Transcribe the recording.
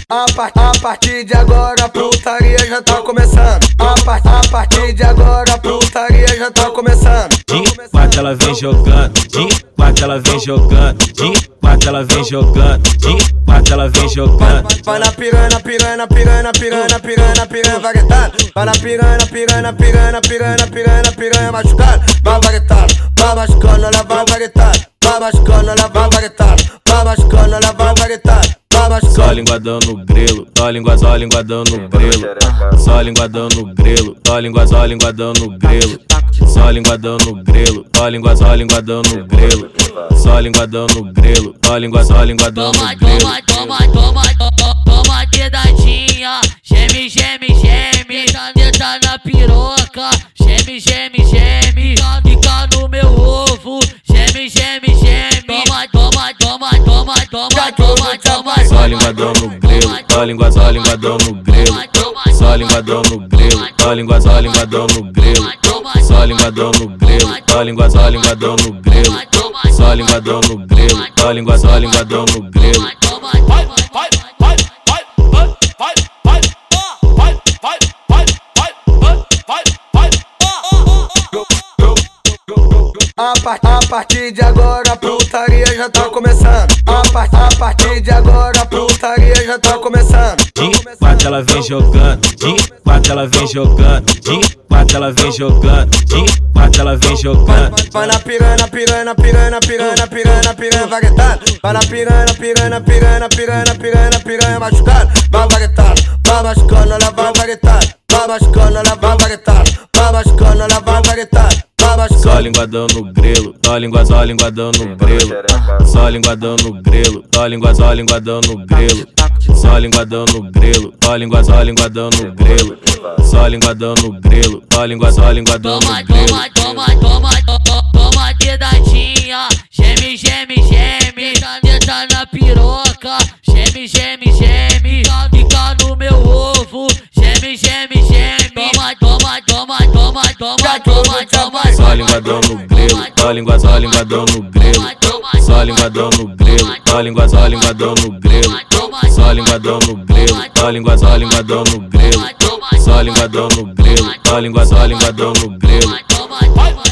A partir de agora a putaria já tá começando. A partir de agora a putaria já tá começando. De quatro ela vem jogando, de quatro ela vem jogando, de quatro ela vem jogando, de quatro ela vem jogando. Vai na piranha, piranha, piranha, piranha, piranha, piranha vaguetado. Vai na piranha, piranha, piranha, piranha, piranha, piranha machucado. Vai vaguetado, vai machucando, ela vai vaguetado. Vai machucando, ela vai vaguetado. Vai machucando, ela vai vaguetado. Só linguadão no grelo, só linguadão no grelo. Só linguadão no grelo, só linguadão no grelo. Só linguadão no grelo, só linguadão no grelo. Só linguadão no grelo, só linguadão no grelo. Toma dedadinha, geme, geme, geme. Teta na piroca, geme, geme, geme. Fica no meu ovo, geme, geme, geme. Toma. Só linguadão no grelo, só linguadão no grelo. Só linguadão no grelo, só linguadão no grelo. Só linguadão no grelo, só linguadão no grelo. Só linguadão no grelo, só linguadão no grelo. A partir de agora a putaria já tá começando. A partir de agora a putaria já tá começando. De quatro ela vem jogando, de quatro ela vem jogando, de quatro ela vem jogando, de quatro ela vem jogando. Vai na piranha, piranha, piranha, piranha, piranha, piranha vaguetado. Vai na piranha, piranha, piranha, piranha, piranha, piranha machucado. Vai vaguetado, vai machucando, ela vai vaguetado. Vai machucando, ela vai vaguetado. Vai machucando, ela vai vaguetado. Só linguadão no grelo, só linguadão no grelo. Só linguadão no grelo, só linguadão no grelo. Só linguadão no grelo, só linguadão no grelo. Só linguadão no grelo, só linguadão no grelo. Toma dedadinha, geme, geme, geme. Teta na piroca, geme, geme, geme. Fica no meu ovo, geme, geme, geme. Toma. Só linguadão no grelo, só linguadão no grelo. Só linguadão no grelo, só linguadão no grelo. Só linguadão no grelo, só linguadão no grelo. Só linguadão no grelo, só linguadão no grelo.